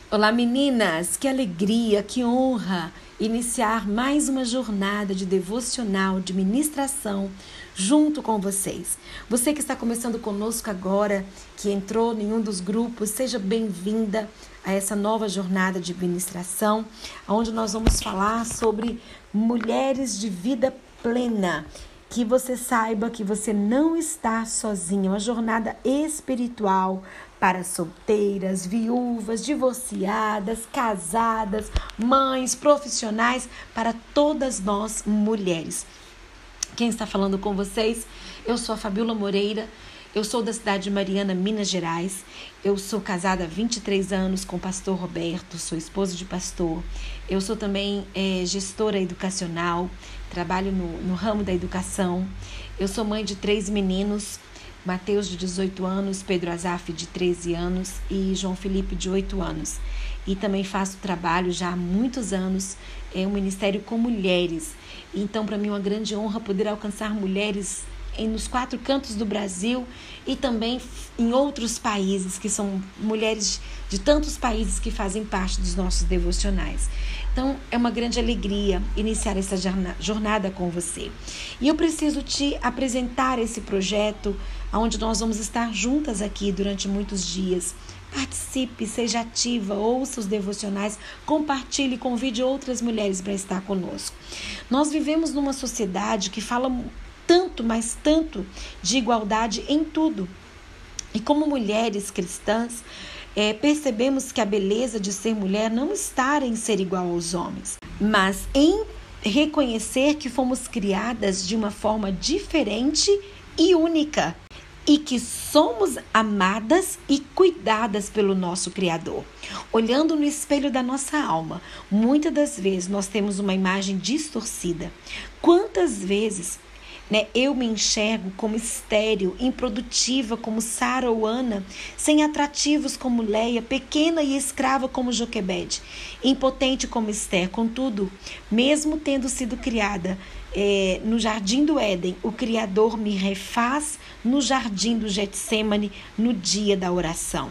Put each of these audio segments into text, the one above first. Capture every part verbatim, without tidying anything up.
Olá meninas, que alegria, que honra iniciar mais uma jornada de devocional, de ministração junto com vocês. Você que está começando conosco agora, que entrou em um dos grupos, seja bem-vinda a essa nova jornada de ministração, onde nós vamos falar sobre mulheres de vida plena. Que você saiba que você não está sozinha, uma jornada espiritual para solteiras, viúvas, divorciadas, casadas, mães, profissionais, para todas nós mulheres. Quem está falando com vocês? Eu sou a Fabiola Moreira, eu sou da cidade de Mariana, Minas Gerais. Eu sou casada há vinte e três anos com o pastor Roberto, sou esposa de pastor. Eu sou também é, gestora educacional, trabalho no, no ramo da educação. Eu sou mãe de três meninos, Mateus de dezoito anos, Pedro Azaf de treze anos e João Felipe de oito anos. E também faço trabalho já há muitos anos, é um ministério com mulheres. Então, para mim é uma grande honra poder alcançar mulheres em, nos quatro cantos do Brasil e também em outros países, que são mulheres de tantos países que fazem parte dos nossos devocionais. Então, é uma grande alegria iniciar essa jornada com você. E eu preciso te apresentar esse projeto, onde nós vamos estar juntas aqui durante muitos dias. Participe, seja ativa, ouça os devocionais, compartilhe, convide outras mulheres para estar conosco. Nós vivemos numa sociedade que fala tanto, mas tanto de igualdade em tudo. E como mulheres cristãs, é, percebemos que a beleza de ser mulher não está em ser igual aos homens, mas em reconhecer que fomos criadas de uma forma diferente e única. E que somos amadas e cuidadas pelo nosso Criador. Olhando no espelho da nossa alma, muitas das vezes nós temos uma imagem distorcida. Quantas vezes né, eu me enxergo como estéril, improdutiva como Sara ou Ana, sem atrativos como Leia, pequena e escrava como Joquebede, impotente como Esther. Contudo, mesmo tendo sido criada É, no jardim do Éden, o Criador me refaz no jardim do Getsêmani no dia da oração.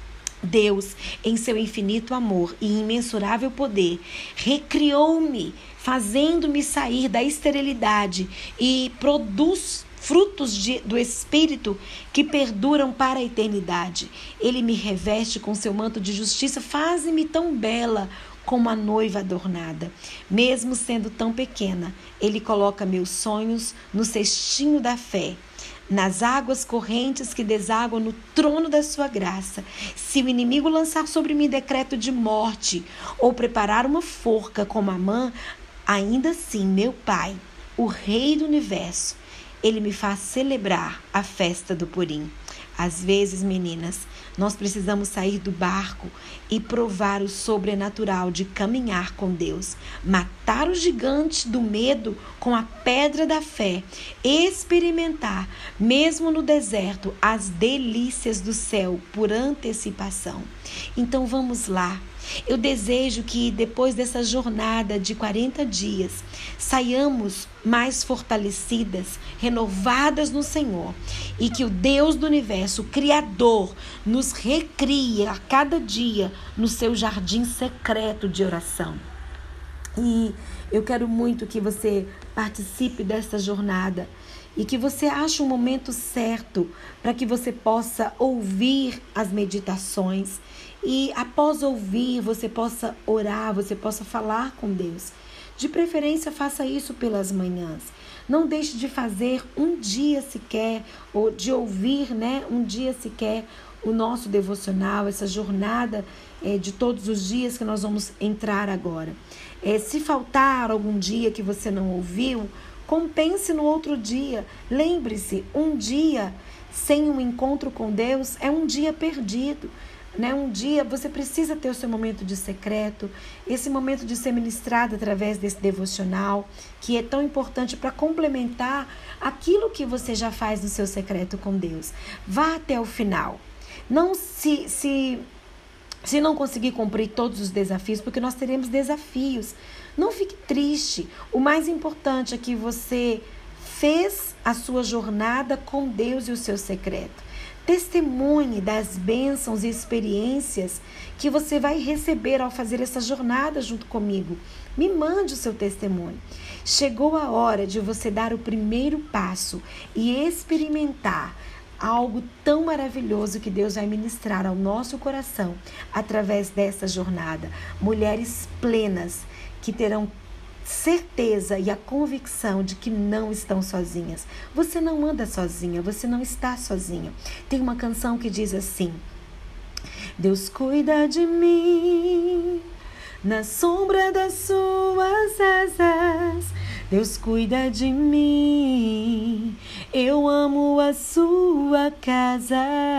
Deus, em seu infinito amor e imensurável poder, recriou-me, fazendo-me sair da esterilidade e produz frutos de, do Espírito que perduram para a eternidade. Ele me reveste com seu manto de justiça, faz-me tão bela como a noiva adornada. Mesmo sendo tão pequena, Ele coloca meus sonhos no cestinho da fé, nas águas correntes que desaguam no trono da sua graça. Se o inimigo lançar sobre mim decreto de morte ou preparar uma forca como Amã, ainda assim, meu Pai, o Rei do Universo, Ele me faz celebrar a festa do Purim. Às vezes, meninas, nós precisamos sair do barco e provar o sobrenatural de caminhar com Deus, matar o gigante do medo com a pedra da fé, experimentar, mesmo no deserto, as delícias do céu por antecipação. Então vamos lá. Eu desejo que depois dessa jornada de quarenta dias, saiamos mais fortalecidas, renovadas no Senhor, e que o Deus do Universo, o Criador, nos recrie a cada dia no seu jardim secreto de oração. E eu quero muito que você participe dessa jornada e que você ache um momento certo para que você possa ouvir as meditações e após ouvir você possa orar, você possa falar com Deus. De preferência, faça isso pelas manhãs. Não deixe de fazer um dia sequer, ou de ouvir né, um dia sequer o nosso devocional, essa jornada é, de todos os dias que nós vamos entrar agora. É, se faltar algum dia que você não ouviu, compense no outro dia. Lembre-se, um dia sem um encontro com Deus é um dia perdido. Né? Um dia você precisa ter o seu momento de secreto, esse momento de ser ministrado através desse devocional, que é tão importante para complementar aquilo que você já faz no seu secreto com Deus. Vá até o final. Não se, se, se não conseguir cumprir todos os desafios, porque nós teremos desafios. Não fique triste. O mais importante é que você fez a sua jornada com Deus e o seu secreto. Testemunhe das bênçãos e experiências que você vai receber ao fazer essa jornada junto comigo. Me mande o seu testemunho. Chegou a hora de você dar o primeiro passo e experimentar algo tão maravilhoso que Deus vai ministrar ao nosso coração através dessa jornada. Mulheres plenas que terão certeza e a convicção de que não estão sozinhas. Você não anda sozinha, você não está sozinha. Tem uma canção que diz assim: Deus cuida de mim na sombra das suas asas. Deus cuida de mim, eu amo a sua casa.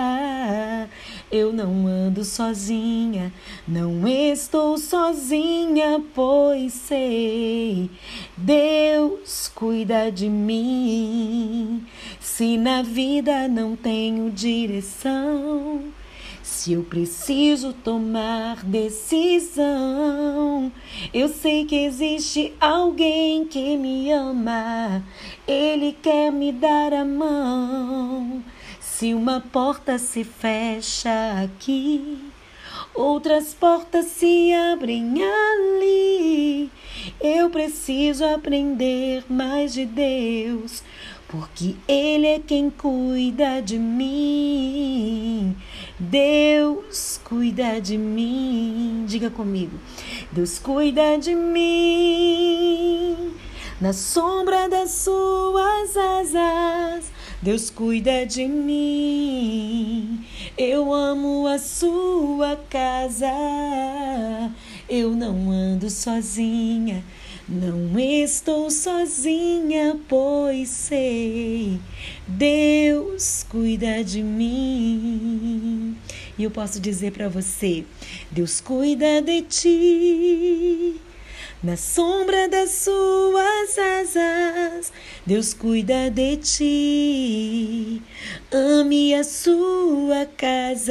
Eu não ando sozinha, não estou sozinha, pois sei, Deus cuida de mim. Se na vida não tenho direção, se eu preciso tomar decisão, eu sei que existe alguém que me ama, Ele quer me dar a mão. Se uma porta se fecha aqui, outras portas se abrem ali. Eu preciso aprender mais de Deus, porque Ele é quem cuida de mim. Deus cuida de mim. Diga comigo. Deus cuida de mim na sombra das suas asas. Deus cuida de mim. Eu amo a sua casa. Eu não ando sozinha, não estou sozinha, pois sei, Deus cuida de mim. E eu posso dizer para você: Deus cuida de ti na sombra das suas asas. Deus cuida de ti. Ame a sua casa.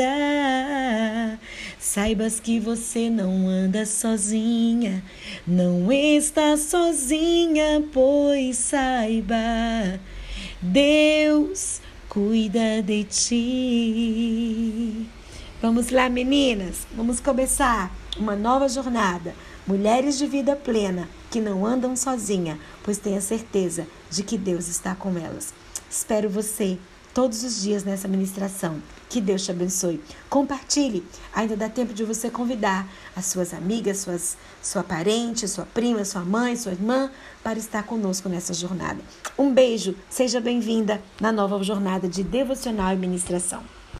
Saibas que você não anda sozinha, não está sozinha, pois saiba, Deus cuida de ti. Vamos lá, meninas, vamos começar uma nova jornada. Mulheres de vida plena que não andam sozinha, pois tenha certeza de que Deus está com elas. Espero você todos os dias nessa ministração. Que Deus te abençoe. Compartilhe. Ainda dá tempo de você convidar as suas amigas, suas, sua parente, sua prima, sua mãe, sua irmã, para estar conosco nessa jornada. Um beijo. Seja bem-vinda na nova jornada de devocional e ministração.